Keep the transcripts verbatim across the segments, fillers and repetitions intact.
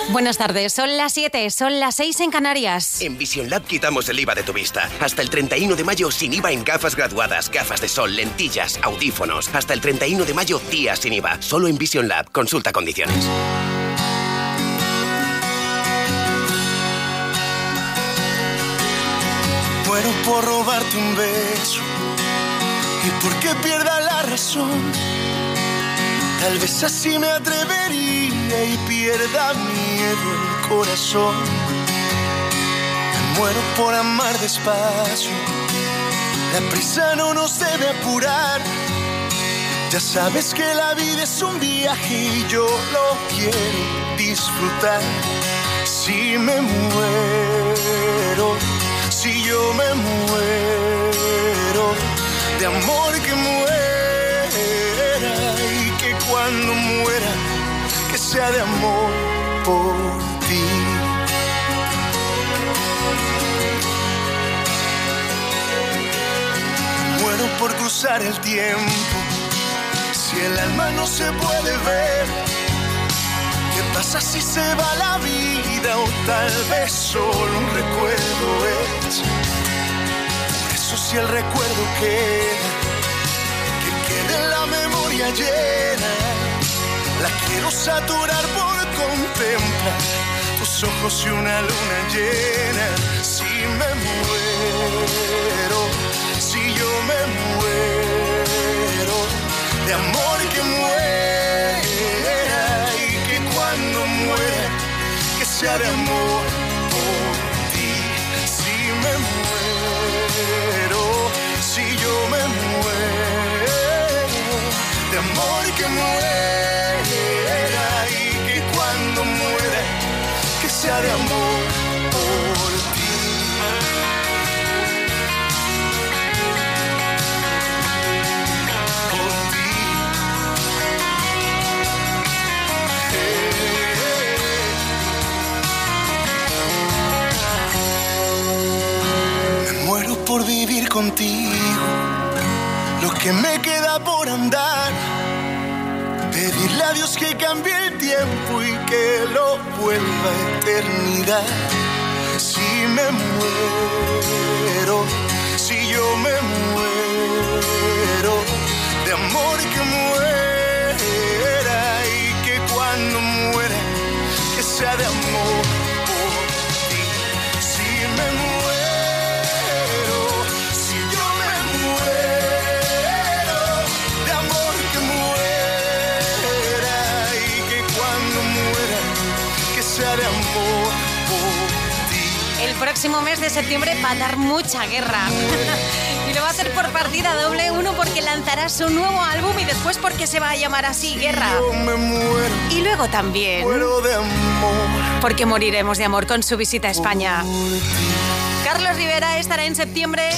Buenas tardes, son las siete, son las seis en Canarias. En Vision Lab quitamos el I V A de tu vista. Hasta el treinta y uno de mayo sin I V A en gafas graduadas, gafas de sol, lentillas, audífonos. Hasta el treinta y uno de mayo días sin I V A. Solo en Vision Lab. Consulta condiciones. Muero por robarte un beso y porque pierda la razón. Tal vez así me atrevería y pierda miedo el corazón. Me muero por amar despacio. La prisa no nos debe apurar. Ya sabes que la vida es un viaje y yo lo quiero disfrutar. Si me muero, si yo me muero, de amor que muera, y que cuando muera, que sea de amor por ti. Muero por cruzar el tiempo, si el alma no se puede ver. ¿Qué pasa si se va la vida o tal vez solo un recuerdo es? Por eso si el recuerdo queda, que quede la memoria llena. La quiero saturar por contemplar tus ojos y una luna llena. Si me muero, si yo me muero, de amor que muera, y que cuando muera, que sea de amor por ti. Si me muero, si yo me muero, de amor que muera, y que cuando muera, que sea de amor por ti. Por vivir contigo, lo que me queda por andar, pedirle a Dios que cambie el tiempo y que lo vuelva a eternidad. Si me muero, si yo me muero, de amor que muera, y que cuando muera, que sea de amor por ti. Si me muero, de amor por ti. El próximo mes de septiembre va a dar mucha guerra. Y lo va a hacer por partida doble. Uno porque lanzará su nuevo álbum y después porque se va a llamar así, Guerra. Y luego también porque moriremos de amor con su visita a España. Carlos Rivera estará en septiembre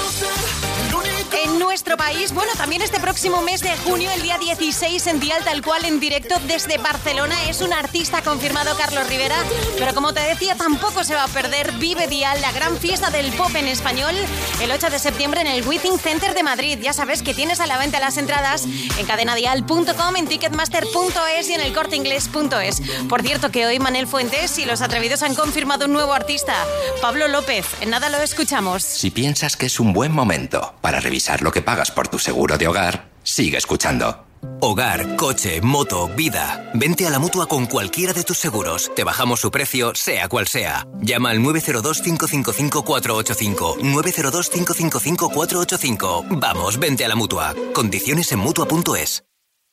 en nuestro país. Bueno, también este próximo mes de junio, el día dieciséis, en Dial Tal Cual, en directo desde Barcelona. Es un artista confirmado, Carlos Rivera, pero como te decía, tampoco se va a perder Vive Dial, la gran fiesta del pop en español, el ocho de septiembre en el Withing Center de Madrid. Ya sabes que tienes a la venta las entradas en cadena dial punto com, en ticketmaster punto es y en el corte inglés punto es. Por cierto, que hoy Manel Fuentes y Los Atrevidos han confirmado un nuevo artista, Pablo López. En nada lo escuchamos. Si piensas que es un buen momento para revisar lo que pagas por tu seguro de hogar, sigue escuchando. Hogar, coche, moto, vida. Vente a la Mutua con cualquiera de tus seguros. Te bajamos su precio, sea cual sea. Llama al nueve cero dos, cinco cinco cinco, cuatro ocho cinco. nueve cero dos, cinco cinco cinco, cuatro ocho cinco. Vamos, vente a la Mutua. Condiciones en mutua punto es.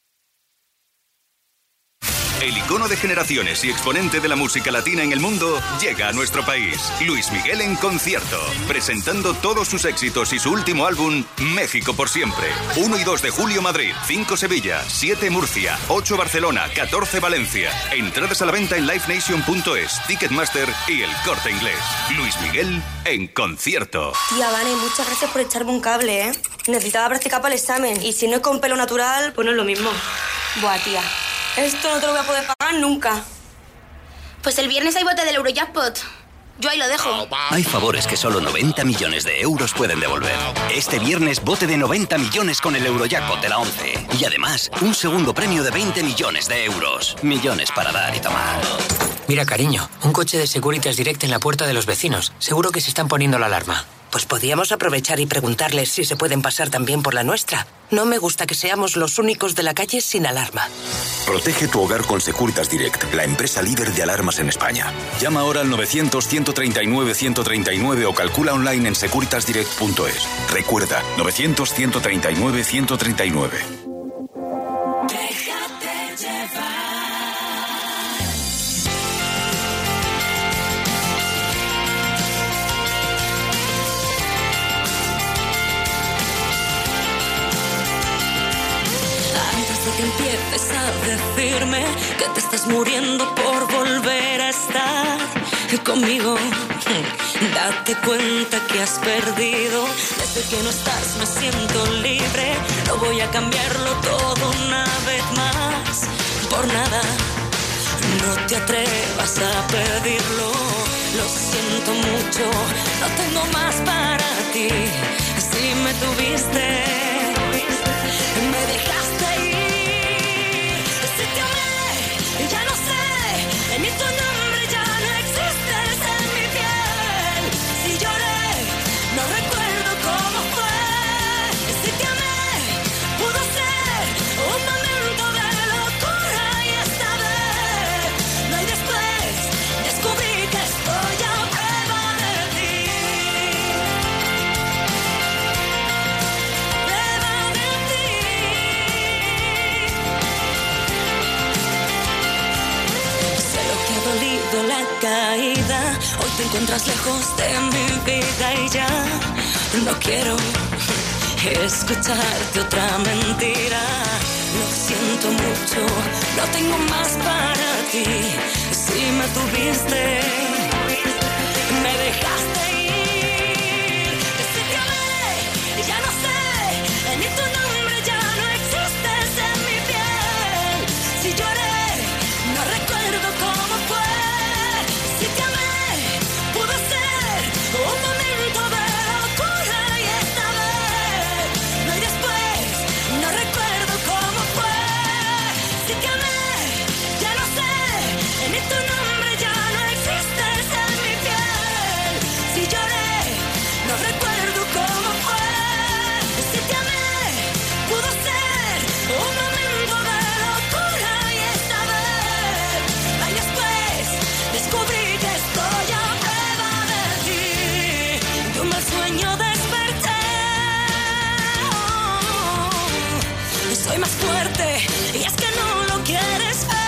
El icono de generaciones y exponente de la música latina en el mundo llega a nuestro país. Luis Miguel en concierto, presentando todos sus éxitos y su último álbum, México por siempre. uno y dos de julio Madrid, cinco Sevilla, siete Murcia, ocho Barcelona, catorce Valencia. Entradas a la venta en live nation punto es, Ticketmaster y El Corte Inglés. Luis Miguel en concierto. Tía Vane, muchas gracias por echarme un cable, ¿eh? Necesitaba practicar para el examen y si no es con pelo natural, pues no es lo mismo. Buah, tía. Esto no te lo voy a poder pagar nunca. Pues el viernes hay bote del Eurojackpot. Yo ahí lo dejo. Hay favores que solo noventa millones de euros pueden devolver. Este viernes, bote de noventa millones con el Eurojackpot de la once. Y además, un segundo premio de veinte millones de euros. Millones para dar y tomar. Mira, cariño, un coche de Securitas Direct en la puerta de los vecinos. Seguro que se están poniendo la alarma. Pues podíamos aprovechar y preguntarles si se pueden pasar también por la nuestra. No me gusta que seamos los únicos de la calle sin alarma. Protege tu hogar con Securitas Direct, la empresa líder de alarmas en España. Llama ahora al novecientos, ciento treinta y nueve, ciento treinta y nueve o calcula online en securitas direct punto es. Recuerda, novecientos, ciento treinta y nueve, ciento treinta y nueve. Déjate llevar. Que empieces a decirme que te estás muriendo por volver a estar conmigo. Date cuenta que has perdido. Desde que no estás me siento libre. No voy a cambiarlo todo una vez más. Por nada, no te atrevas a pedirlo. Lo siento mucho, no tengo más para ti. Si me tuviste, me dejaste ir. Ya no sé, ni tu nombre ya no existes en mi piel. Si lloré, no recuerdo cómo fue. Si te amé, pudo ser un momento de locura y esta vez no hay después. Descubrí que estoy a prueba de ti. Prueba de ti. Dolido la caída, hoy te encuentras lejos de mi vida y ya no quiero escucharte otra mentira. Lo siento mucho, no tengo más para ti. Si me tuviste, me dejaste ir. Si te amé, ya no sé, ni tu nombre ya no existes en mi piel. Si lloré, no recuerdo cómo fue. Si te amé, pudo ser un momento de locura y esta vez no hay después. No recuerdo cómo fue. Si te amé, ya no sé, ni tu nombre ya no existes en mi piel. Si lloré, no recuerdo cómo fue. Si te amé, pudo ser un momento de locura y esta vez no hay después. Descubrí que estoy a prueba de ti. De un mal sueño desperté. Oh, soy más fuerte y es que no lo quieres ver.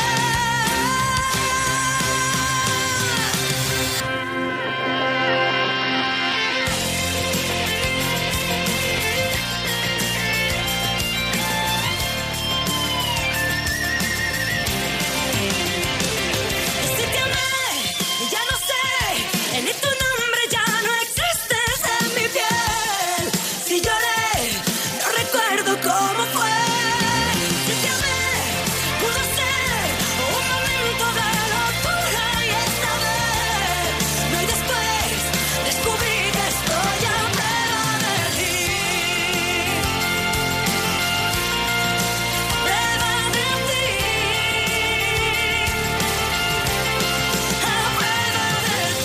Si te amé, ya no sé, ni tu nombre ya no existes en mi piel. Si lloré, no recuerdo cómo fue. Si te amé, pudo ser un momento de locura y esta vez no hay después. Descubrí que estoy a prueba de ti. Prueba de ti. A prueba de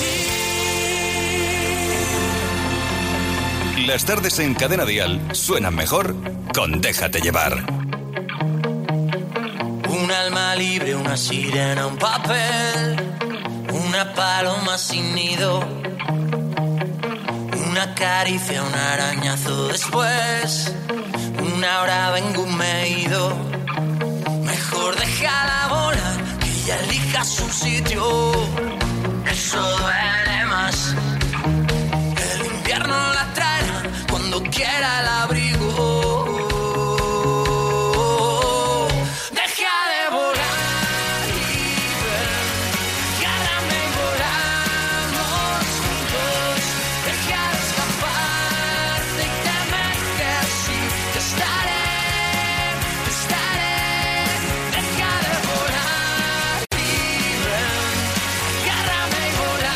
ti. Las tardes en Cadena Dial suenan mejor con Déjate Llevar. Un alma libre, una sirena, un papel, una paloma sin nido, una caricia, un arañazo después, una hora vengo me he ido. Mejor déjala volar, que ella elija su sitio. Eso duele más. El invierno la traerá cuando quiera el abrigo. Deja de volar y ver, agárrame y volamos juntos. Deja de escaparte y dame que sí, te estaré, te estaré. Deja de volar y ver, agárrame y volamos.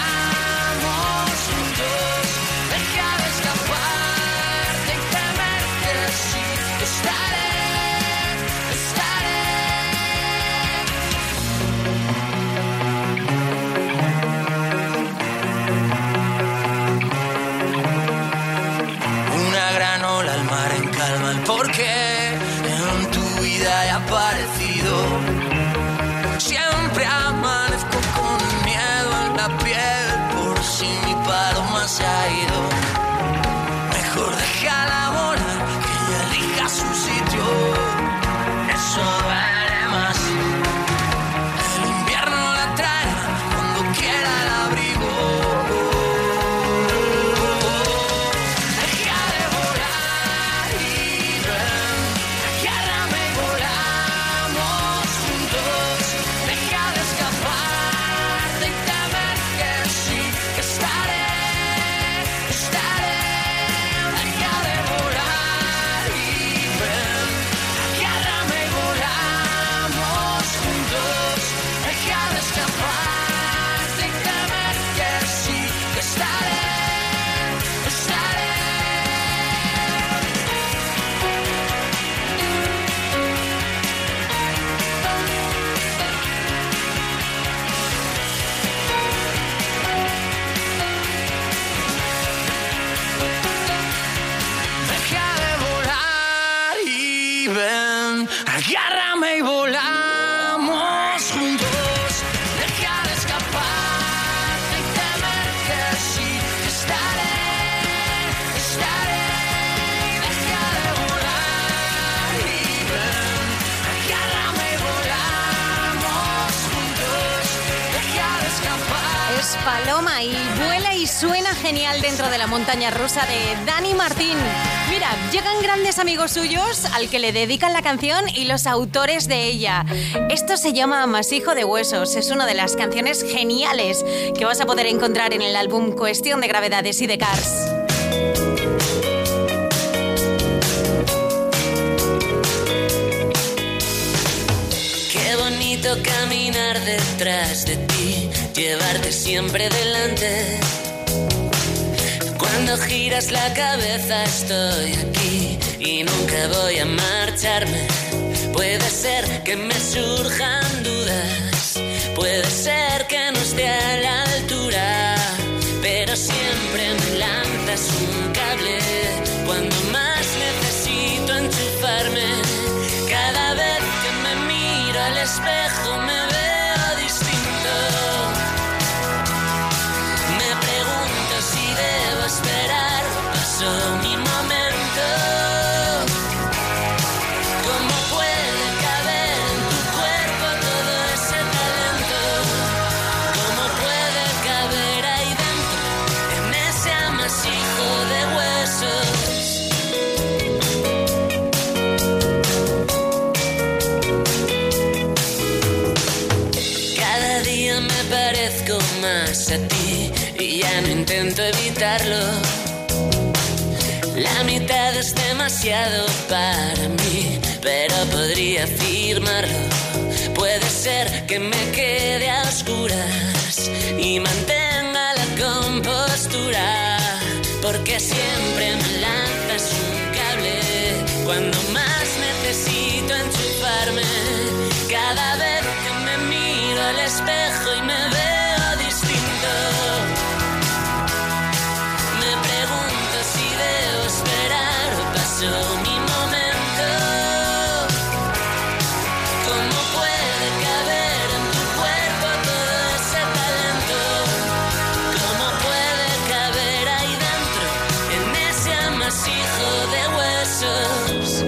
es Paloma y vuela y suena genial dentro de la montaña rusa de Dani Martín. Mira, llegan grandes amigos suyos al que le dedican la canción y los autores de ella. Esto se llama Amasijo de Huesos. Es una de las canciones geniales que vas a poder encontrar en el álbum Cuestión de Gravedad de Sidecars. Caminar detrás de ti, llevarte siempre delante. Cuando giras la cabeza estoy aquí y nunca voy a marcharme. Puede ser que me surjan dudas, puede ser que no esté a la altura, pero siempre me lanzas un cable cuando más necesito enchufarme. Cada vez que me miro al espejo me veo distinto. Me pregunto si debo esperar, pasó mi momento. ¿Cómo puede caber en tu cuerpo todo ese talento? ¿Cómo puede caber ahí dentro, en ese amasijo de huesos? Parezco más a ti y ya no intento evitarlo. La mitad es demasiado para mí, pero podría afirmarlo. Puede ser que me quede a oscuras y mantenga la compostura, porque siempre me lanzas un cable cuando más necesito enchufarme. Cada vez que me miro al espejo y me veo distinto, me pregunto si debo esperar o pasó mi momento. ¿Cómo puede caber en tu cuerpo todo ese talento? ¿Cómo puede caber ahí dentro, en ese amasijo de huesos?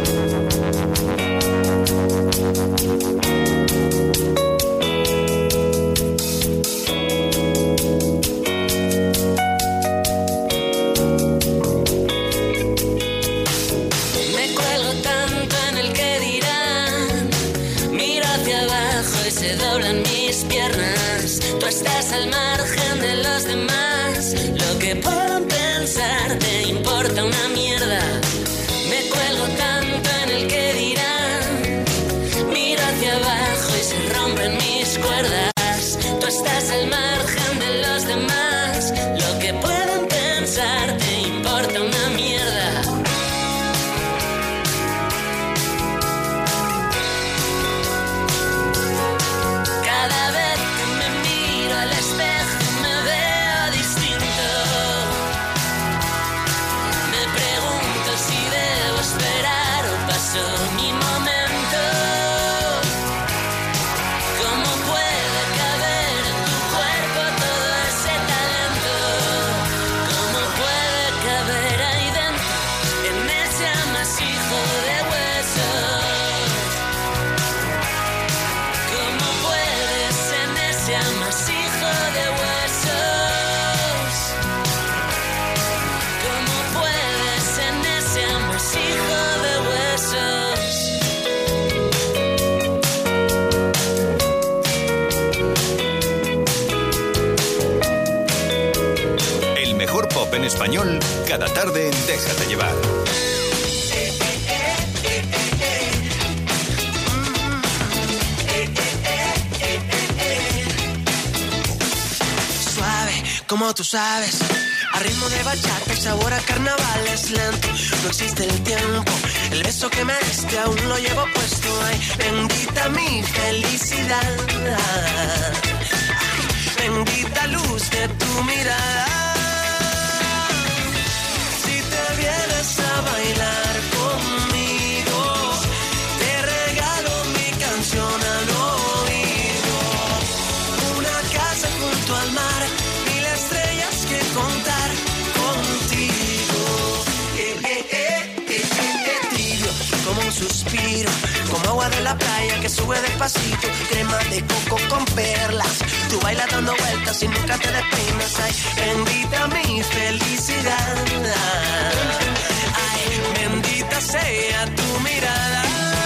Se doblan mis piernas, tú estás al margen de los demás. Lo que puedan pensar te importa una mierda. Me cuelgo tanto en el que dirán, miro hacia abajo y se rompen mis cuerdas. Tú estás al margen de los demás. Lo que puedan pensar te importa una mierda. Cada vez que me miro al espejo me veo distinto. Me pregunto si debo esperar o pasó mi momento. ¿Cómo puede caber en tu cuerpo todo ese talento? ¿Cómo puede caber ahí dentro, en ese amasijo de huesos? ¿Cómo puedes en ese amasijo de huesos? ¿Cómo puedes en ese amasijo de huesos? El mejor pop en español, cada tarde en Déjate Llevar. Como tú sabes, a ritmo de bachata y sabor a carnaval es lento. No existe el tiempo, el beso que me diste aún lo llevo puesto. Ay, bendita mi felicidad, ay, bendita luz de tu mirada. Si te vienes a bailar conmigo, te regalo mi canción al oído. Una casa junto al mar, estrellas que contar contigo. Eh, eh, eh, eh, eh, eh, tibio, como un suspiro, como agua de la playa que sube despacito. Crema de coco con perlas, tu baile baila dando vueltas y nunca te despeinas. Ay, bendita mi felicidad. Ay, bendita sea tu mirada.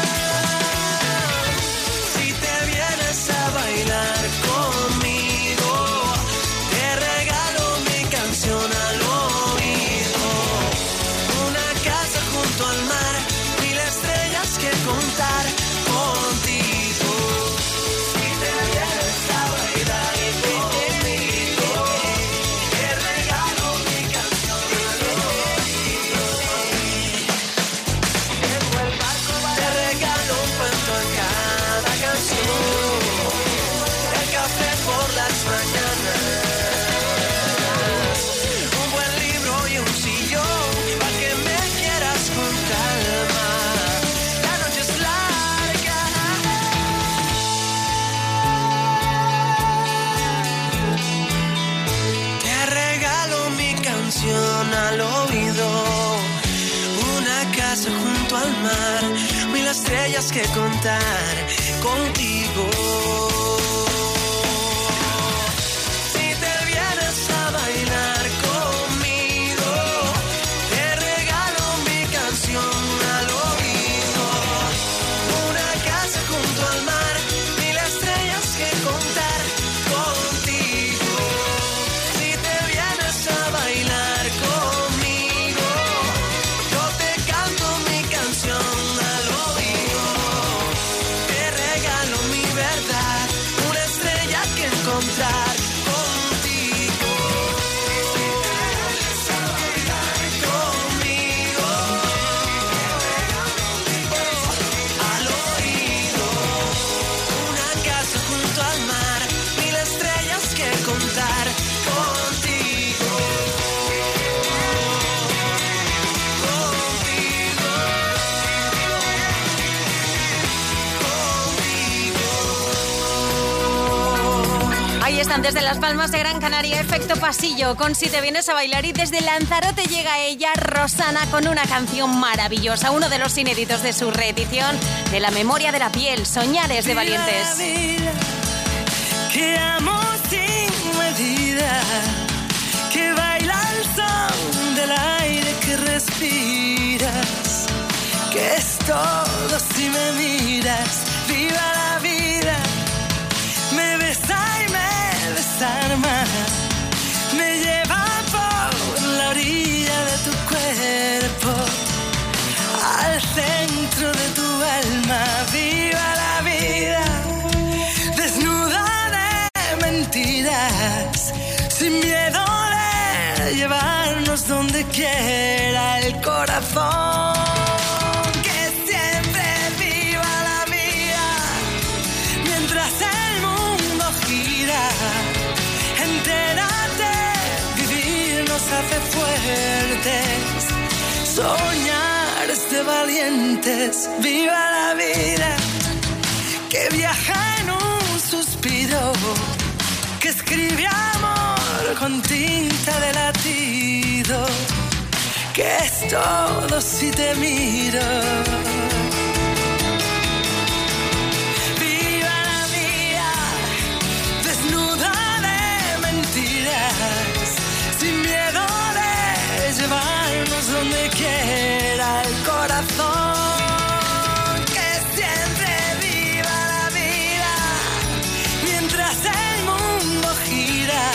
Si te vienes a bailar conmigo, te regalo mi canción al oído. Una casa junto al mar, mil estrellas que contar contigo. Si te vienes a bailar conmigo, te regalo mi canción al oído. Tengo el barco, te regalo un cuento en cada canción. El café por las mañanas, un buen libro y un sillón para que me quieras con calma. La noche es larga. Te regalo mi canción al oído. Una casa junto al mar, mil estrellas que contar contigo. Si te vienes a bailar conmigo, te regalo mi canción al oído. Una casa junto al mar, mil estrellas que contar contigo. Si te vienes a bailar conmigo, yo te canto mi canción al oído. Te regalo mi verdad, una estrella que encontrar contigo. Si te vienes a bailar conmigo, te regalo mi canción al oído. Una casa junto al mar, mil estrellas que contar contigo. Ahí están desde Las Palmas de Gran Canaria, Efecto Pasillo, con Si te vienes a bailar, y desde Lanzarote llega ella, Rosana, con una canción maravillosa, uno de los inéditos de su reedición de La memoria de la piel, Soñares de Valientes. Que amo sin medida, que baila el son del aire que respiras, que es todo si me miras. Viva la vida, me besa y me desarma, me lleva por la orilla de tu cuerpo, al centro de tu alma. Viva la vida, desnuda de mentiras, sin miedo de llevarnos donde quiera el corazón. Que siempre viva la vida, mientras el mundo gira. Entérate, vivir nos hace fuertes, soñar es de valientes. Viva la vida, que viaja en un suspiro, que escribe amor con tinta de latido, que es todo si te miro. Viva la vida, desnuda de mentiras, sin miedo de llevarnos donde quiera el corazón. Que siempre viva la vida, mientras el mundo gira.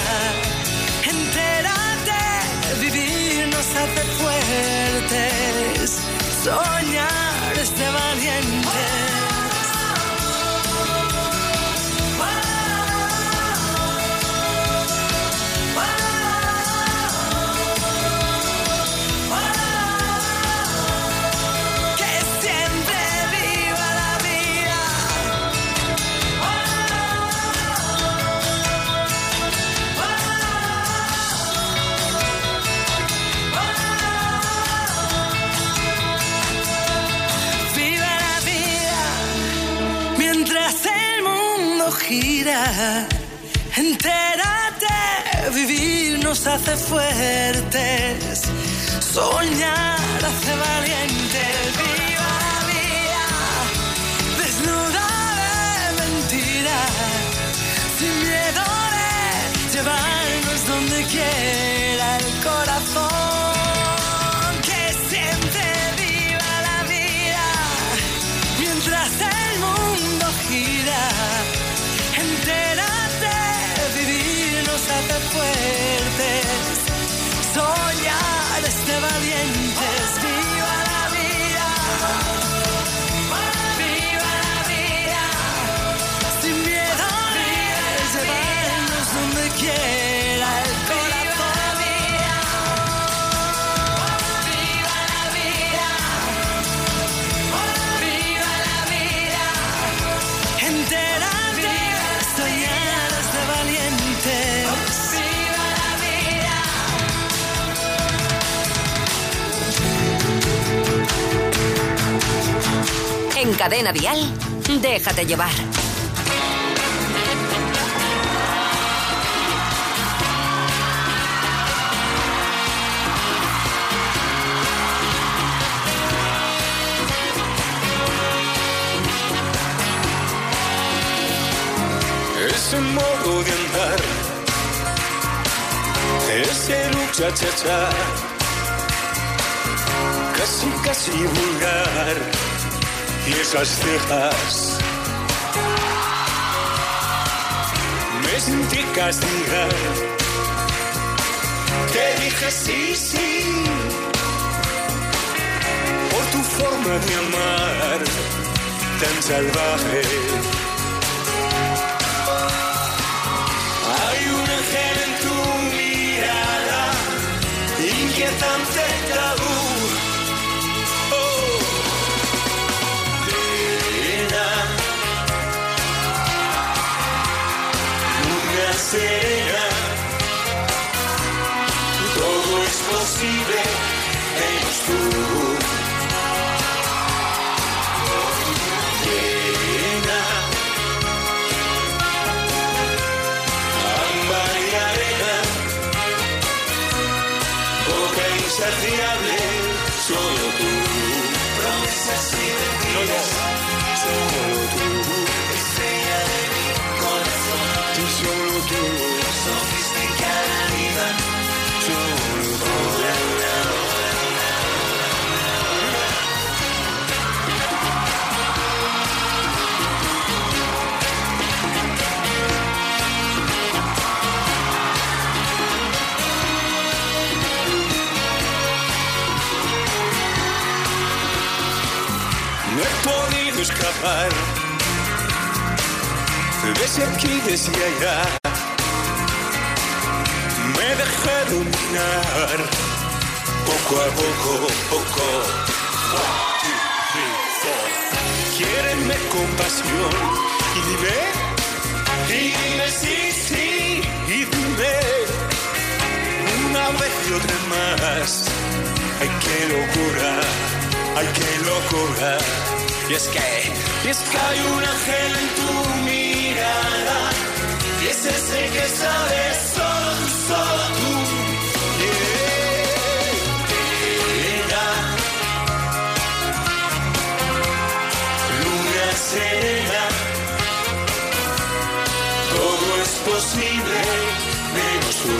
Entérate, vivir nos hace fuertes, soñar es de valientes. Que siempre viva la vida. Viva la vida, mientras el mundo gira. Entérate, vivir nos hace fuertes, soñar hace valientes. Viva la vida, desnuda de mentiras, sin miedo de llevarnos donde quiera el corazón que siente viva la vida mientras el mundo gira. Entérate, vivir nos hace fuertes, soñar es de valientes. Viva la vida, viva la vida, sin miedo de llevarnos donde quiera el corazón. Viva la vida, viva la vida, entérate, soñar es de valientes. Viva la vida. En Cadena Dial, déjate llevar. Ese modo de andar, ese lucha cha cha, casi casi vulgar, y esas cejas. Me sentí castigar, te dije sí, sí, por tu forma de amar tan salvaje. Hay un ángel en tu mirada, inquietante tabú. Oh, nena, luna serena, todo es posible, menos tú. Nena, insaciable, solo tú. Promesas y mentiras, solo tú. Estrella de mi corazón, tú solo tú. Sofisticada vida, solo tú. Hola, hola, hola, hola, hola, no he podido escapar de ese aquí, de ese allá. Me dejé dominar poco a poco, poco. One, two, three, four. Quiérenme con pasión y dime, y dime sí, sí, y dime una vez y otra más. Ay, qué locura. Ay, qué locura. Y es que, y es que hay un ángel en tu mirada, y es ese que sabes solo tú, solo tú. Yeah. Yeah. Luna serena, todo es posible, menos tú.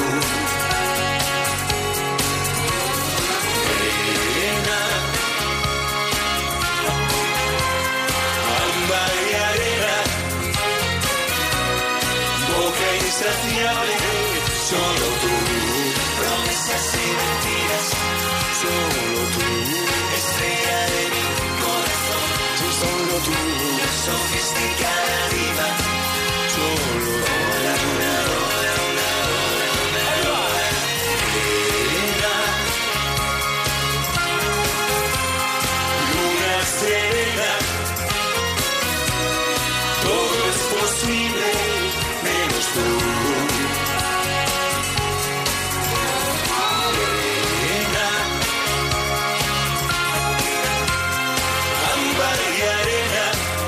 Insaciable, solo tú. Promesas y mentiras, solo tú. Estrella de mi corazón, solo tú. Sofisticada diva, solo tú. Hola, hola, hola, hola, hola, hola. Luna, luna serena, todo es posible, menos tú. Arena, ámbar y arena,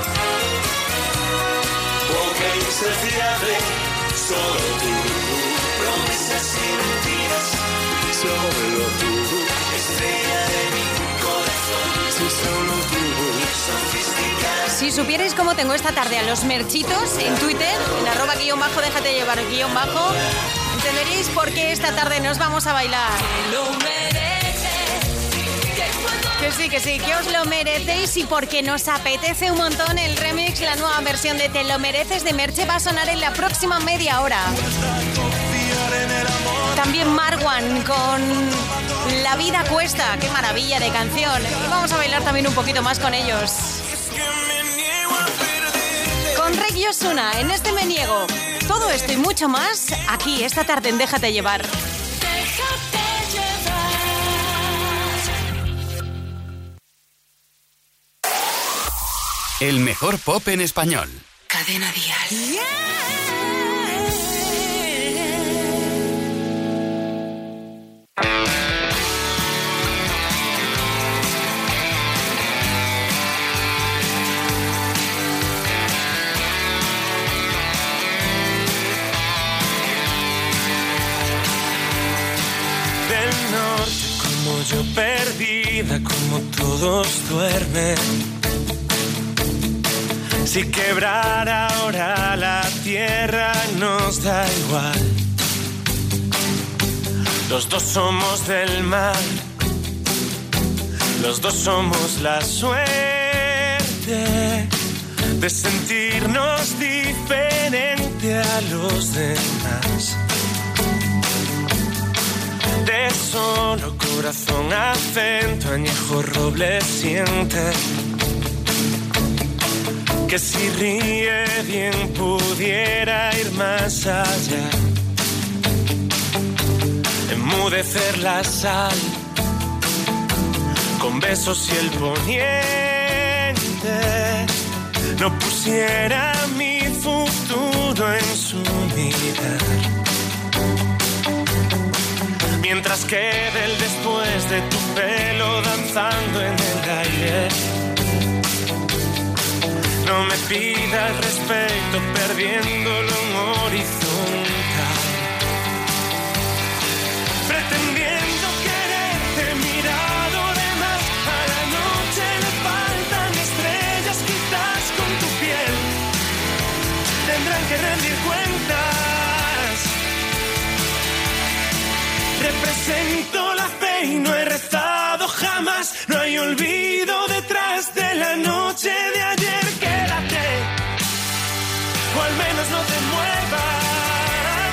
boca insaciable, solo tú. Promesas y mentiras, solo tú. Estrella de mi corazón, sí, solo tú. Sofisticada. Sí, supierais cómo tengo esta tarde a los merchitos en Twitter, en arroba guión bajo, déjate llevar guión bajo, entenderéis por qué esta tarde nos vamos a bailar. Que sí, que sí, que os lo merecéis y porque nos apetece un montón el remix, la nueva versión de Te lo mereces de Merche va a sonar en la próxima media hora. También Marwan con La vida cuesta, qué maravilla de canción. Y vamos a bailar también un poquito más con ellos. Con Rey y Ozuna, en este Me Niego. Todo esto y mucho más aquí esta tarde en Déjate Llevar. El mejor pop en español. Cadena Dial. Yeah. Del norte como yo perdida, como todos duermen. Si quebrar ahora la tierra nos da igual. Los dos somos del mar, los dos somos la suerte de sentirnos diferente a los demás. De solo corazón, acento, añejo, roble siente que si ríe bien pudiera ir más allá, enmudecer la sal con besos y el poniente no pusiera mi futuro en su mirar. Mientras quede el después de tu pelo danzando en el aire, no me pidas respeto perdiéndolo en horizontal. Pretendiendo quererte mirado de más, a la noche le faltan estrellas, quizás con tu piel tendrán que rendir cuentas. Represento la fe y no he rezado jamás, no hay olvido detrás de la noche de ayer. O al menos no te muevas,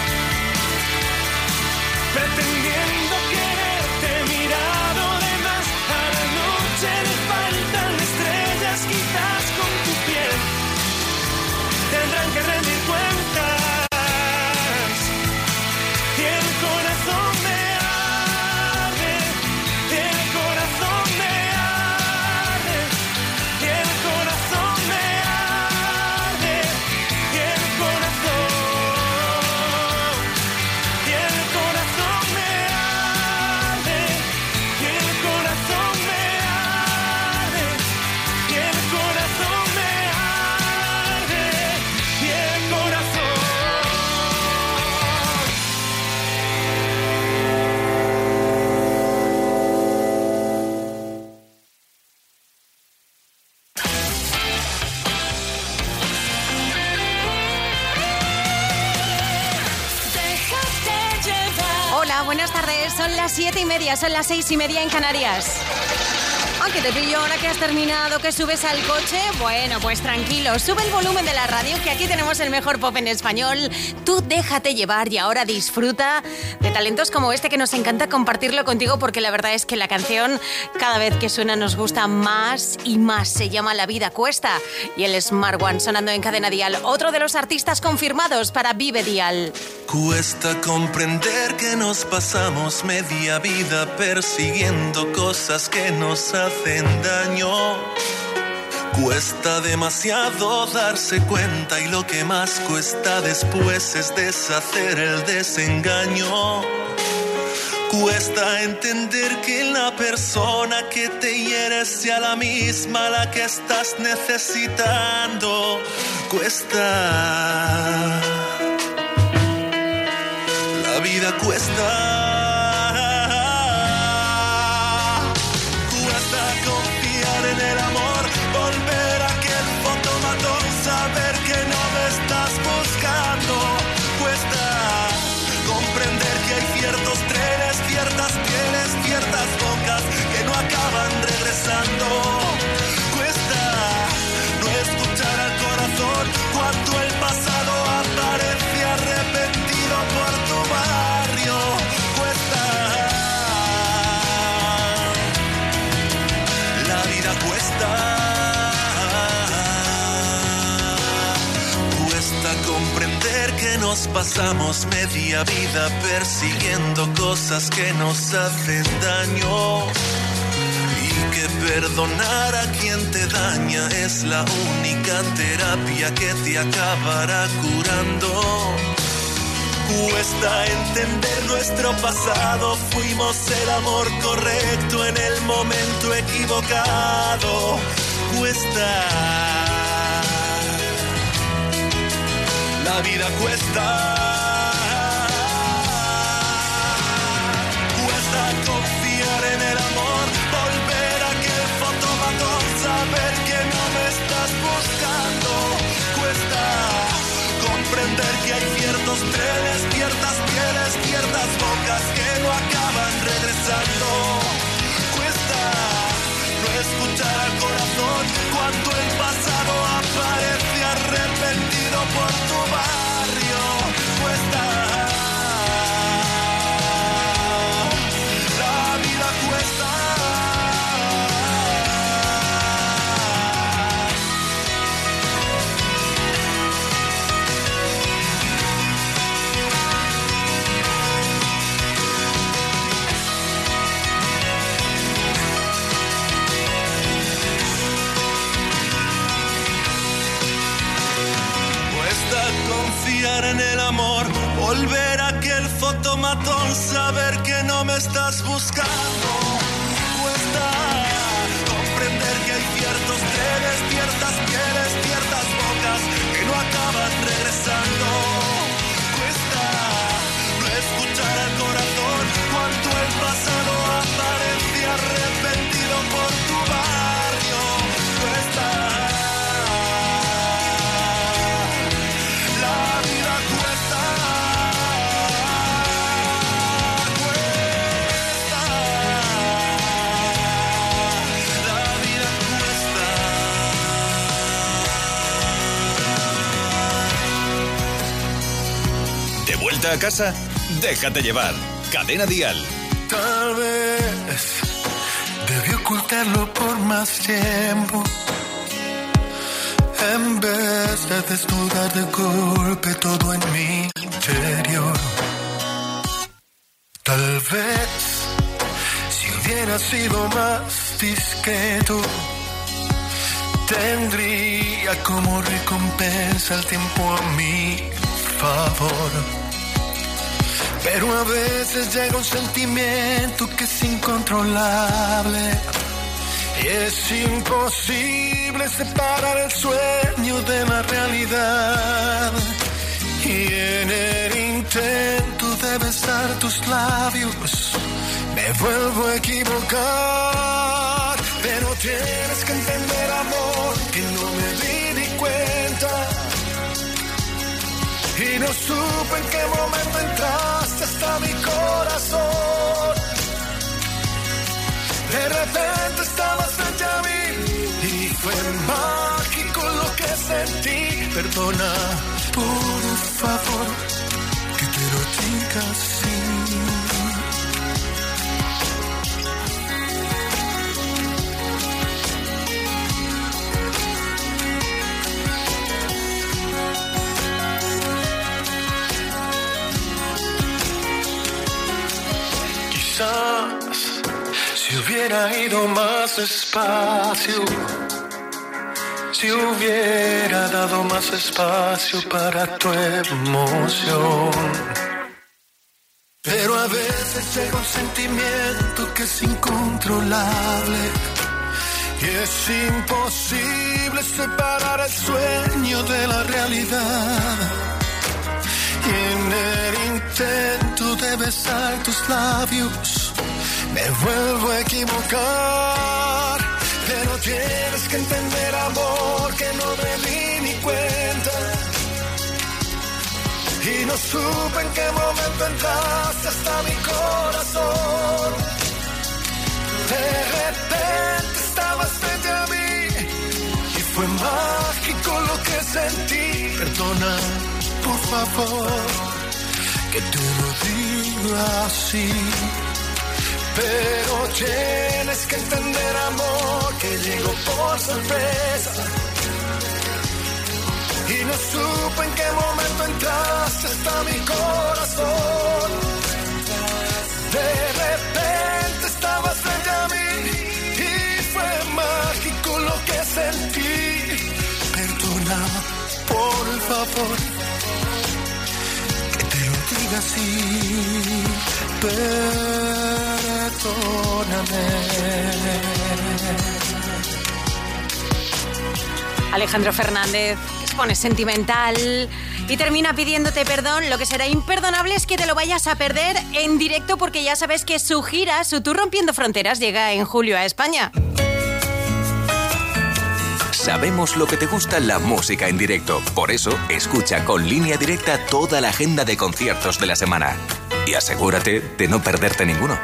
pretendiendo quererte mirado de más. A la noche le faltan estrellas, quizás con tu piel tendrán que rendir cuentas. Y el corazón me arde, y el corazón me arde, y el corazón me arde. Buenas tardes, son las siete y media, son las seis y media en Canarias. Aunque te pillo ahora que has terminado, que subes al coche, bueno, pues tranquilo, sube el volumen de la radio, que aquí tenemos el mejor pop en español. Tú déjate llevar y ahora disfruta de talentos como este que nos encanta compartirlo contigo, porque la verdad es que la canción cada vez que suena nos gusta más y más. Se llama La vida cuesta y él es Marwan, sonando en Cadena Dial, otro de los artistas confirmados para Vive Dial. Cuesta comprender que nos pasamos media vida persiguiendo cosas que nos hacen daño. Cuesta demasiado darse cuenta y lo que más cuesta después es deshacer el desengaño. Cuesta entender que la persona que te hiere sea la misma la que estás necesitando. Cuesta. La vida cuesta. Cuesta confiar en el amor, volver a aquel que nos pasamos media vida persiguiendo cosas que nos hacen daño. Y que perdonar a quien te daña es la única terapia que te acabará curando. Cuesta entender nuestro pasado, fuimos el amor correcto en el momento equivocado. Cuesta, la vida cuesta. Cuesta confiar en el amor, volver a aquel fotomatón, saber que no me estás buscando. Cuesta comprender que hay ciertos trenes, ciertas pieles, ciertas bocas que no acaban regresando. Cuesta no escuchar al corazón cuando el pasado aparece arrepentido por tu barrio. Cuesta, la vida cuesta. Confiar en el amor, volver a aquel fotomatón, saber que no me estás buscando. Cuesta comprender que hay ciertos trenes, ciertas pieles, ciertas bocas que no acaban regresando. Cuesta no escuchar al corazón cuando el pasado aparece arrepentido por tu barrio. Cuesta. ¿A casa? Déjate llevar. Cadena Dial. Tal vez debí ocultarlo por más tiempo, en vez de desnudar de golpe todo en mi interior. Tal vez si hubiera sido más discreto, tendría como recompensa el tiempo a mi favor. Pero a veces llega un sentimiento que es incontrolable y es imposible separar el sueño de la realidad. Y en el intento de besar tus labios me vuelvo a equivocar. Pero tienes que entender, amor, que no me di ni cuenta. Y no supe en qué momento entraste hasta mi corazón. De repente estabas frente a mí y fue mágico lo que sentí. Perdona, por favor, que te lo diga así. Si hubiera ido más despacio, si hubiera dado más espacio para tu emoción. Pero a veces llega un sentimiento que es incontrolable y es imposible separar el sueño de la realidad. Y en el intento de besar tus labios me vuelvo a equivocar. Pero tienes que entender, amor, que no me di ni cuenta. Y no supe en qué momento entraste hasta mi corazón. De repente estabas frente a mí y fue mágico lo que sentí. Perdona, por favor, que te lo diga así. Pero tienes que entender, amor, que llegó por sorpresa. Y no supe en qué momento entraste siga así, perdóname. Alejandro Fernández, que se pone sentimental y termina pidiéndote perdón. Lo que será imperdonable es que te lo vayas a perder en directo, porque ya sabes que su gira, su tour Rompiendo Fronteras, llega en julio a España. Sabemos lo que te gusta la música en directo. Por eso, escucha con Línea Directa toda la agenda de conciertos de la semana. Y asegúrate de no perderte ninguno.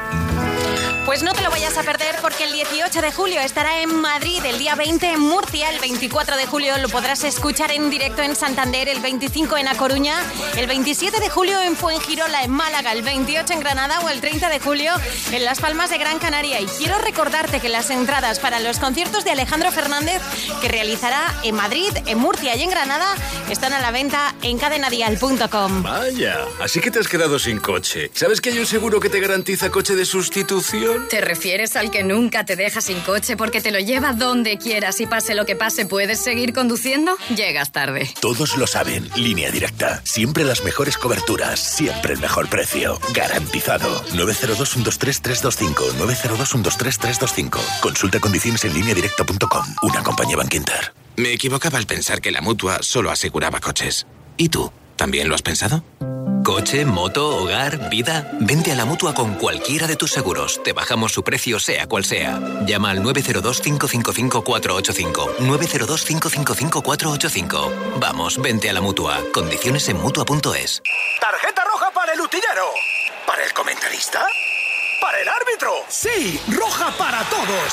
Pues no te lo vayas a perder, porque el dieciocho de julio estará en Madrid, el día veinte en Murcia, el veinticuatro de julio lo podrás escuchar en directo en Santander, el veinticinco en A Coruña, el veintisiete de julio en Fuengirola, en Málaga, el veintiocho en Granada o el treinta de julio en Las Palmas de Gran Canaria. Y quiero recordarte que las entradas para los conciertos de Alejandro Fernández, que realizará en Madrid, en Murcia y en Granada, están a la venta en cadena dial punto com. Vaya, así que te has quedado sin coche. ¿Sabes que hay un seguro que te garantiza coche de sustitución? ¿Te refieres al que nunca te deja sin coche porque te lo lleva donde quieras y pase lo que pase puedes seguir conduciendo? Llegas tarde. Todos lo saben. Línea Directa. Siempre las mejores coberturas. Siempre el mejor precio. Garantizado. nueve cero dos, uno dos tres, tres dos cinco. nueve cero dos, uno dos tres, tres dos cinco. Consulta condiciones en línea directa punto com. Una compañía Bankinter. Me equivocaba al pensar que la Mutua solo aseguraba coches. ¿Y tú? ¿También lo has pensado? Coche, moto, hogar, vida. Vente a la Mutua con cualquiera de tus seguros. Te bajamos su precio, sea cual sea. Llama al nueve cero dos, cinco cinco cinco, cuatro ocho cinco. nueve cero dos, cinco cinco cinco, cuatro ocho cinco. Vamos, vente a la Mutua. Condiciones en mutua punto es. Tarjeta roja para el utillero. ¿Para el comentarista? ¿Para el árbitro? Sí, roja para todos.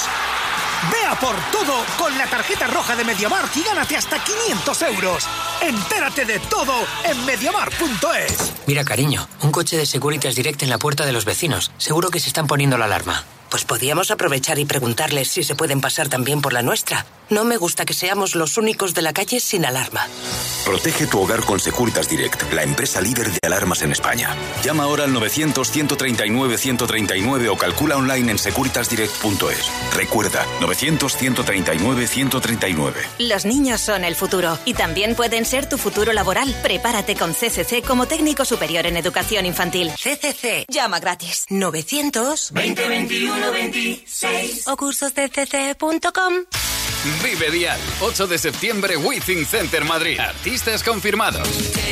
Vea por todo con la tarjeta roja de MediaMarkt y gánate hasta quinientos euros. Entérate de todo en mediamar punto es. Mira, cariño, un coche de Securitas Direct en la puerta de los vecinos. Seguro que se están poniendo la alarma. Pues podíamos aprovechar y preguntarles si se pueden pasar también por la nuestra. No me gusta que seamos los únicos de la calle sin alarma. Protege tu hogar con Securitas Direct, la empresa líder de alarmas en España. Llama ahora al novecientos, ciento treinta y nueve, ciento treinta y nueve o calcula online en securitas direct punto es. Recuerda, novecientos, ciento treinta y nueve, ciento treinta y nueve. Los niños son el futuro y también pueden ser tu futuro laboral. Prepárate con C C C como técnico superior en educación infantil. C C C. Llama gratis. novecientos, veinte, veintiuno, veintiséis. O cursos de c c punto com. Vive Dial, ocho de septiembre, Withing Center Madrid. Artistas confirmados.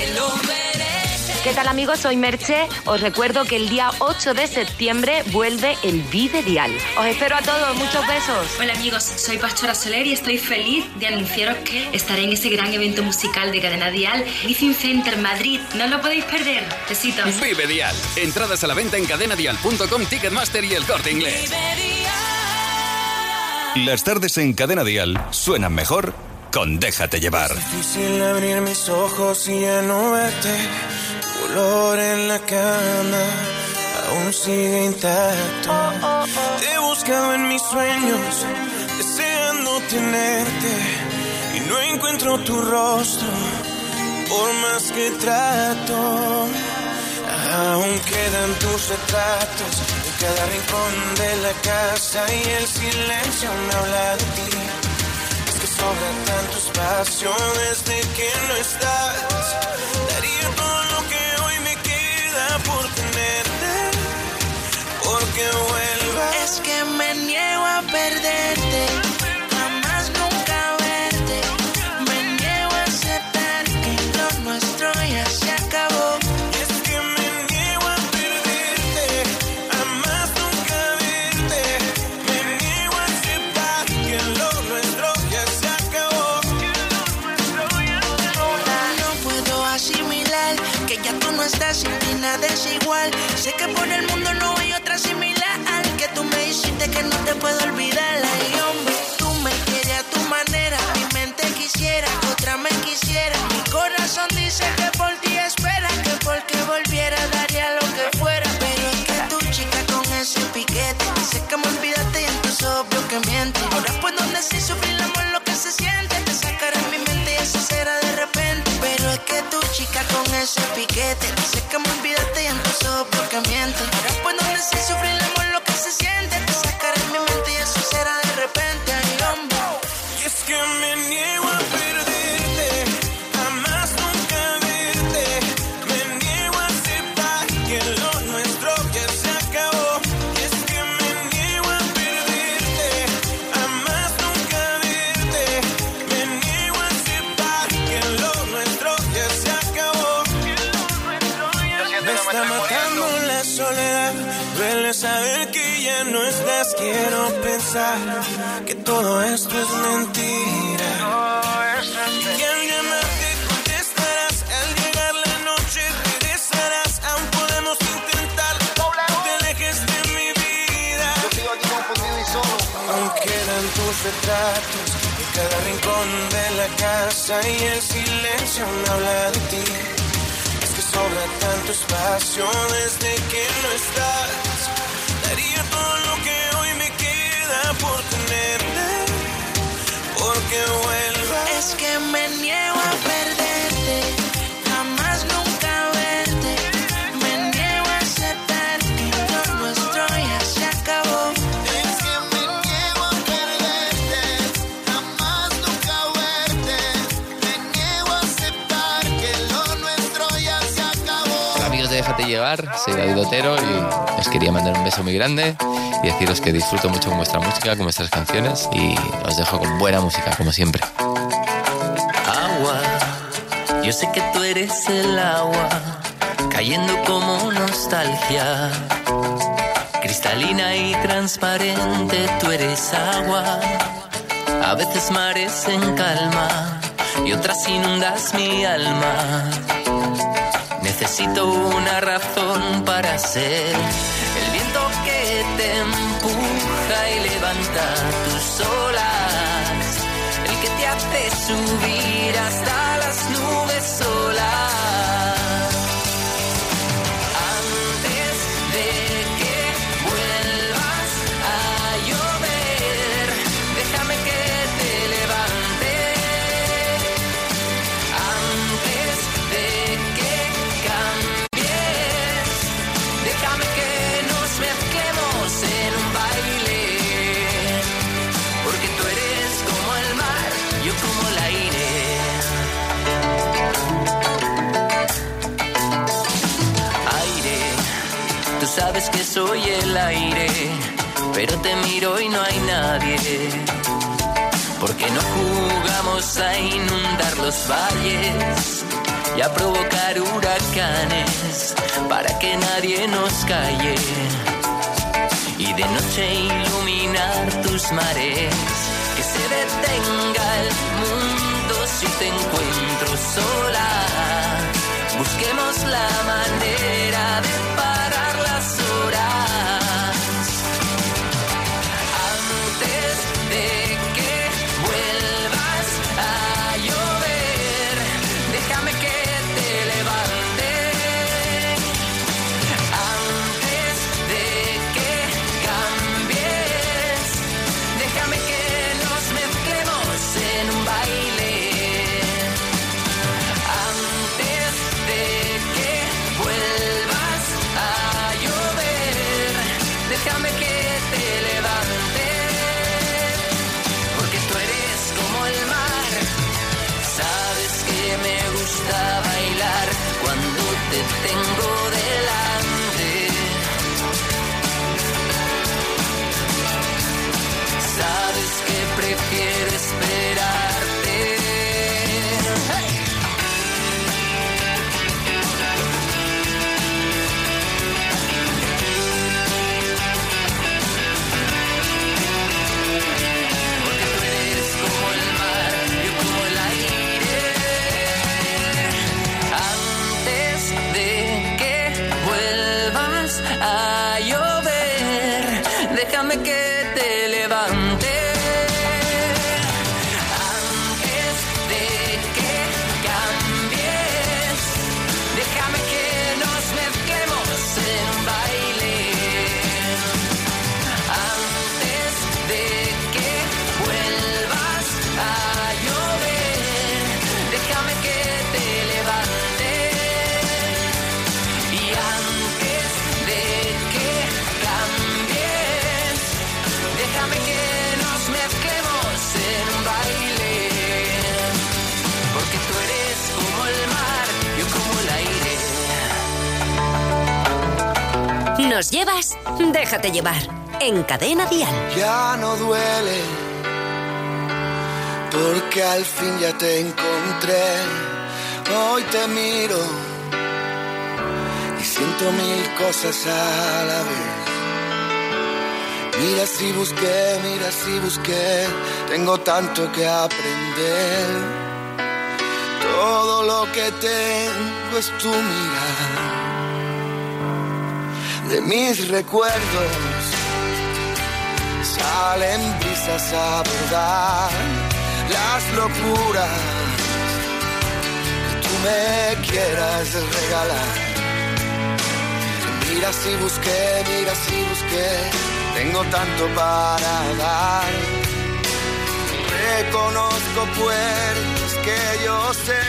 ¿Qué tal, amigos? Soy Merche. Os recuerdo que el día ocho de septiembre vuelve el Vive Dial. Os espero a todos. Muchos besos. Hola, amigos. Soy Pastora Soler y estoy feliz de anunciaros que estaré en ese gran evento musical de Cadena Dial, Withing Center Madrid. No lo podéis perder. Besitos. Vive Dial. Entradas a la venta en cadena dial punto com, Ticketmaster y El Corte Inglés. Las tardes en Cadena Dial suenan mejor con Déjate Llevar. Es difícil abrir mis ojos y ya no verte. Tu olor en la cama aún sigue intacto. Te he buscado en mis sueños, deseando tenerte, y no encuentro tu rostro, por más que trato. Aún quedan tus retratos en cada rincón de la casa, y el silencio me habla de ti. Es que sobra tanto espacio desde que no estás. Daría todo lo que hoy me queda por tenerte, porque vuelvas. Es que me niego a perderte, jamás nunca verte. Me niego a aceptar que lo nuestro ya se acabó. Estás sin ti nada es igual. Sé que por el mundo no hay otra similar. Que tú me hiciste que no te puedo olvidar. Ay, hombre, tú me quieres a tu manera. Mi mente quisiera, otra me quisiera. Mi corazón dice que por ti espera, que porque volviera daría lo que fuera. Pero es que tu chica con ese piquete dice que me olvidaste y entonces obvio que miente. Ahora puedo decir sufrir el amor lo que se siente. Te sacaré en mi mente y eso será de repente. Pero es que tu chica con ese piquete dice que me olvidaste y entonces obvio que miente. Ahora puedo decir sufrir el amor lo que se siente. Te sacaré en mi mente y eso será de repente. Ay, hombre. Y es que me niego a perderte, jamás nunca verte. Me niego a aceptar Me está matando la soledad. Duele saber que ya no estás. Quiero pensar que todo esto es mentira. Y que alguien más te contestarás. Al llegar la noche regresarás. Aún podemos intentar. No te alejes de mi vida. Yo sigo aquí confundido y solo. Aún quedan tus retratos en cada rincón de la casa. Y el silencio me habla de ti. Sobra tanto espacio desde que no estás. Daría todo lo que hoy me queda por tenerte, porque vuelvas. Es que me niego a perderte, jamás nunca verte. Me niego a aceptar que lo nuestro ya se acabó. Es que me niego a perderte, jamás nunca verte. Me niego a aceptar que lo nuestro ya se acabó. Amigos de Déjate Llevar, soy David Otero y os quería mandar un beso muy grande y deciros que disfruto mucho con vuestra música, con vuestras canciones y os dejo con buena música, como siempre. Agua, yo sé que tú eres el agua, cayendo como nostalgia. Cristalina y transparente, tú eres agua. A veces mares en calma y otras inundas mi alma. Necesito una razón para ser el viento que te empuja y levanta tus olas, el que te hace subir hasta las nubes solas. Antes de que vuelvas a llover, déjame que te levante. Antes de que cambies, déjame que nos mezclemos en un baile, porque tú eres como el mar, yo como el aire. Aire, tú sabes que soy el aire, pero te miro y no hay nadie, porque no jugamos a inundar los valles y a provocar huracanes para que nadie nos calle, y de noche iluminar tus mares, que se detenga el mundo si te encuentro sola. Busquemos la manera de parar las horas. Antes de que vuelvas a llover, déjame que te levante. Antes de que cambies, déjame que nos mezclemos en un baile. Antes de que vuelvas a llover, déjame que te levante, porque tú eres como el mar. Sabes que me gusta bailar cuando te tengo delante. Sabes que prefiero esperarte. ¡Hey! Porque tú eres como el mar, yo como el aire. Antes de que vuelvas a llover, déjame que te levante. Antes de que cambies, déjame que nos mezclemos en un baile. Antes de que vuelvas a llover, déjame que te levante. Y antes de que cambies, déjame que nos mezclemos en un baile, porque tú eres como el mar, yo como el aire. Nos llevas, déjate llevar. En Cadena Dial. Ya no duele, porque al fin ya te encontré. Hoy te miro y siento mil cosas a la vez. Mira si busqué, mira si busqué, tengo tanto que aprender. Todo lo que tengo es tu mirada. De mis recuerdos salen brisas a bordar las locuras que tú me quieras regalar. Mira si busqué, mira si busqué, tengo tanto para dar. Reconozco puertas que yo sé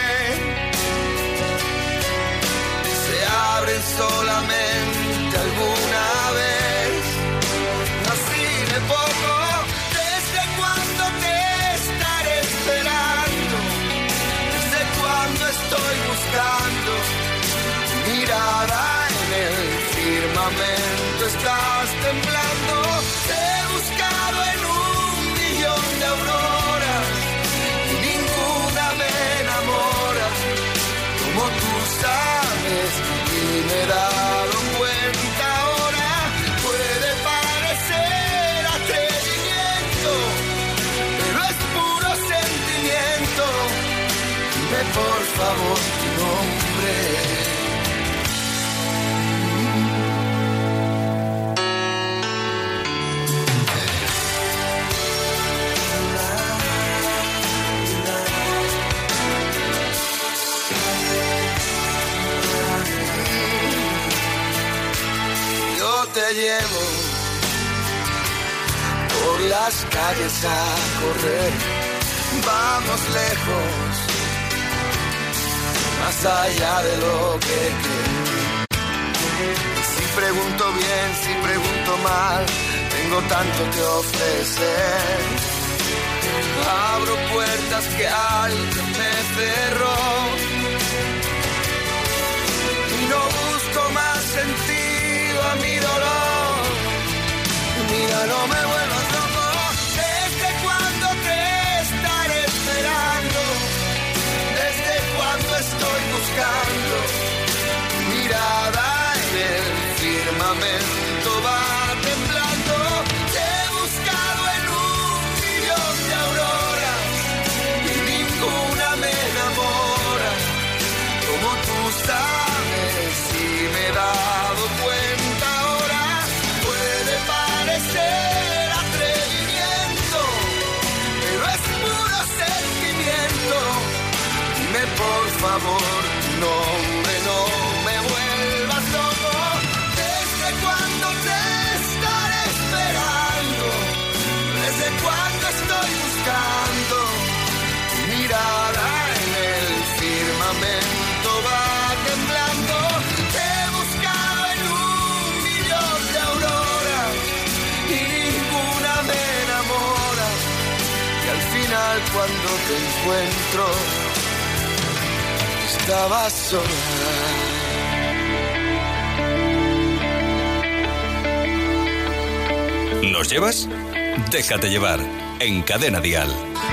se abren solamente alguna vez. Así de poco, desde cuando te estaré esperando, desde cuando estoy buscando tu mirada en el firmamento. Estás temblando, te he buscado en un millón de auroras y ninguna me enamora como tú sabes, y me he dado cuenta ahora. Puede parecer atrevimiento, pero es puro sentimiento. Dime por favor tu nombre. Te llevo por las calles a correr, vamos lejos, más allá de lo que crees. Si pregunto bien, si pregunto mal, tengo tanto que ofrecer. Abro puertas que alguien me cerró y no busco más sentido a mi dolor. Mira, no me vuelvas loco, desde cuando te estaré esperando, desde cuando estoy buscando tu mirada en el firmamento. Va temblando, te he buscado en un millón de auroras y ninguna me enamora como tú sabes, y me he dado cuenta ahora. Puede parecer atrevimiento, pero es puro sentimiento. Dime por favor tu nombre, no me vuelvas loco. ¿Desde cuándo te estaré esperando? ¿Desde cuándo estoy buscando tu mirada en el firmamento? Va temblando, te he buscado en un millón de auroras y ninguna me enamora. Y al final cuando te encuentro estabas sola. ¿Nos llevas? Déjate llevar en Cadena Dial.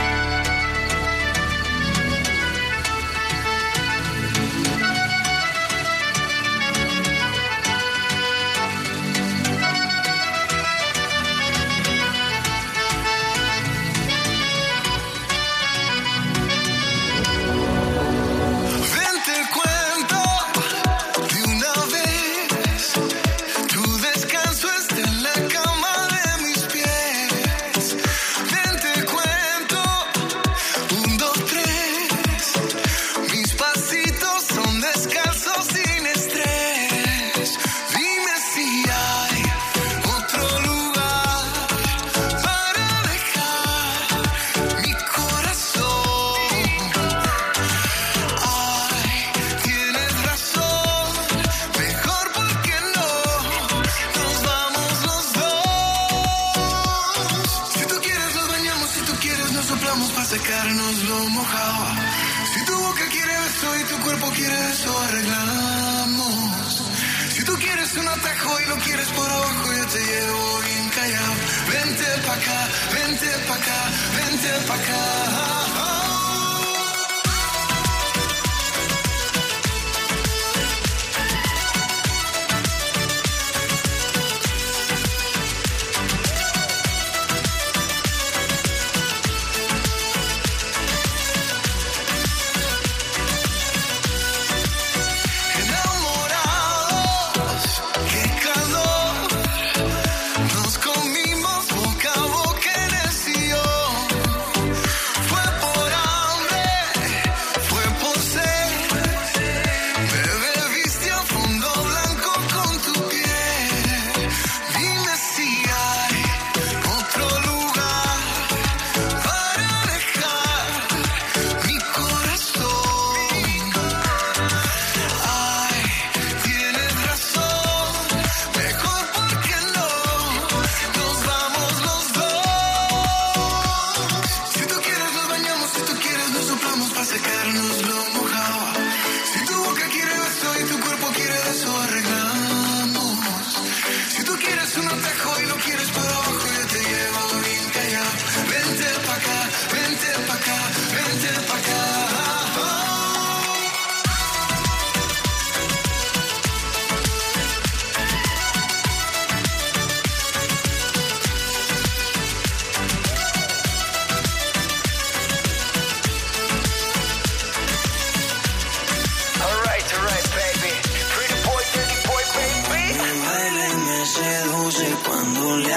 secarnos lo mojado. Si tu boca quiere eso y tu cuerpo quiere eso, arreglamos. Si tú quieres un atajo y lo quieres por abajo, yo te llevo bien callado. Vente pa' acá, vente pa' acá, vente pa' acá.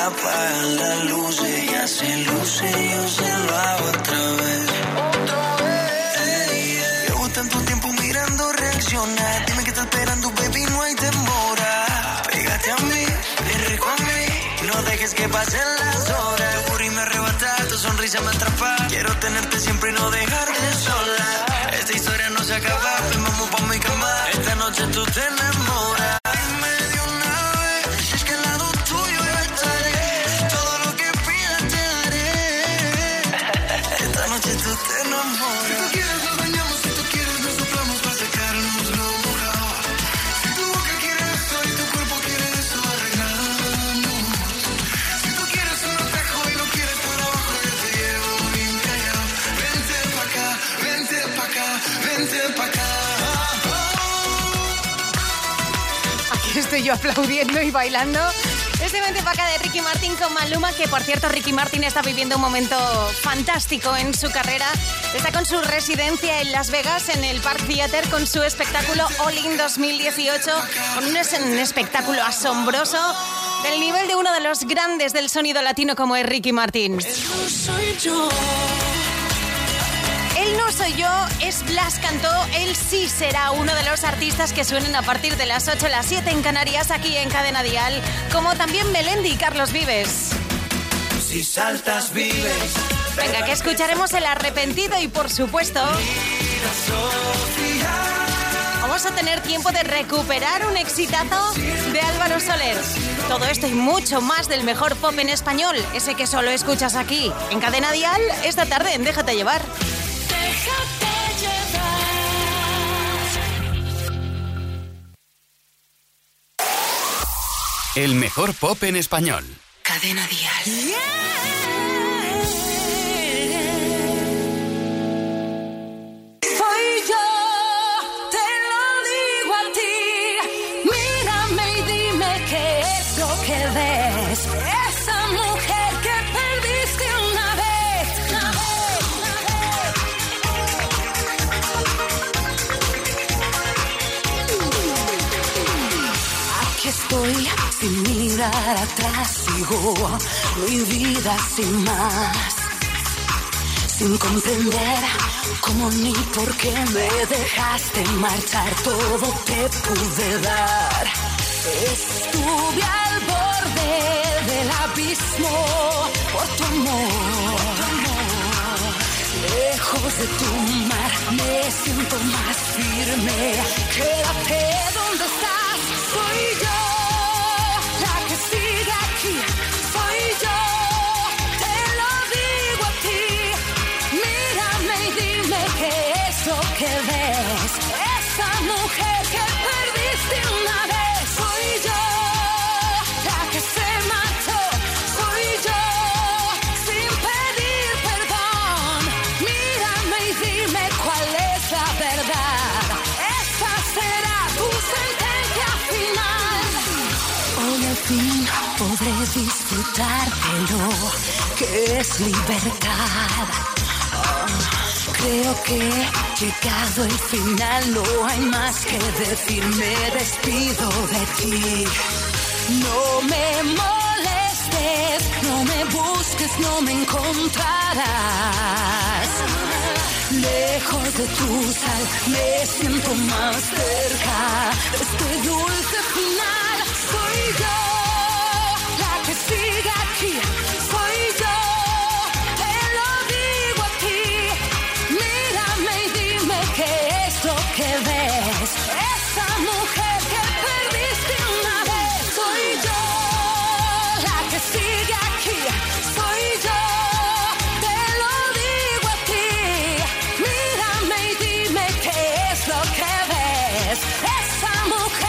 apagan las luces, ya se luce, yo se lo hago otra vez. Otra vez. Hey, yeah. Llevo tanto tiempo mirando reaccionar. Dime que estás esperando, baby, no hay demora. Pégate a mí, ven rico a mí. No dejes que pasen las horas. Tu booty me arrebata, tu sonrisa me atrapa. Quiero tenerte siempre y no dejarte sola. Esta historia no se acaba, ven, vamos pa' mi cama. Esta noche tú te enamoras. Estoy yo aplaudiendo y bailando. Este Vente pa' acá de Ricky Martin con Maluma, que por cierto Ricky Martin está viviendo un momento fantástico en su carrera. Está con su residencia en Las Vegas, en el Park Theater, con su espectáculo All In dos mil dieciocho, con un, un espectáculo asombroso del nivel de uno de los grandes del sonido latino como es Ricky Martin. Eso soy yo. Él no soy yo, es Blas Cantó. Él sí será uno de los artistas que suenen a partir de las ocho, las siete en Canarias, aquí en Cadena Dial, como también Melendi y Carlos Vives. Si saltas, vives. Venga, que escucharemos El Arrepentido y, por supuesto, vamos a tener tiempo de recuperar un exitazo de Álvaro Soler. Todo esto y mucho más del mejor pop en español, ese que solo escuchas aquí, en Cadena Dial, esta tarde en Déjate Llevar. El mejor pop en español. Cadena Dial. Yeah. Soy yo, te lo digo a ti. Mírame y dime qué es lo que ves. Esa mujer que perdiste una vez. Una vez, una vez. Aquí estoy. Sin mirar atrás sigo mi vida sin más, sin comprender cómo ni por qué me dejaste marchar. Todo te pude dar, estuve al borde del abismo por tu amor. Lejos de tu mar me siento más firme. Quédate donde estás, soy yo. Sigue aquí, soy yo, te lo digo a ti. Mírame y dime qué es lo que ves. Esa mujer que perdiste una vez. Soy yo, la que se mató. Soy yo, sin pedir perdón. Mírame y dime cuál es la verdad. Esa será tu sentencia final. Hoy al fin podré disfrutar de lo que es libertad. Oh, creo que llegado el final no hay más que decir. Me despido de ti. No me molestes, no me busques, no me encontrarás. Lejos de tu sal me siento más cerca de este dulce final. Soy yo la que sigue aquí, soy yo, te lo digo a ti. Mírame y dime qué es lo que ves. Esa mujer que perdiste una vez. Soy yo la que sigue aquí, soy yo, te lo digo a ti. Mírame y dime qué es lo que ves. Esa mujer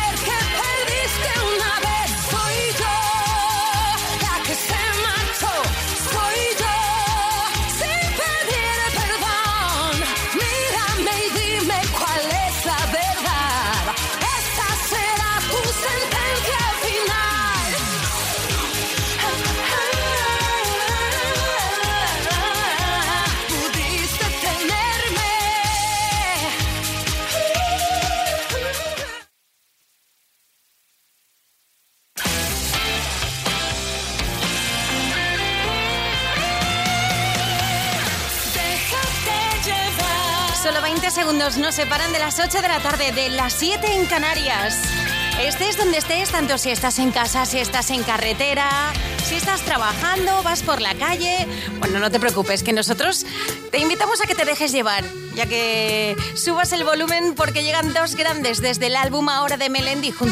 veinte segundos nos separan de las ocho de la tarde, de las siete en Canarias. Estés donde estés, tanto si estás en casa, si estás en carretera, si estás trabajando, vas por la calle. Bueno, no te preocupes, que nosotros te invitamos a que te dejes llevar, ya que subas el volumen porque llegan dos grandes desde el álbum Ahora de Melendi junto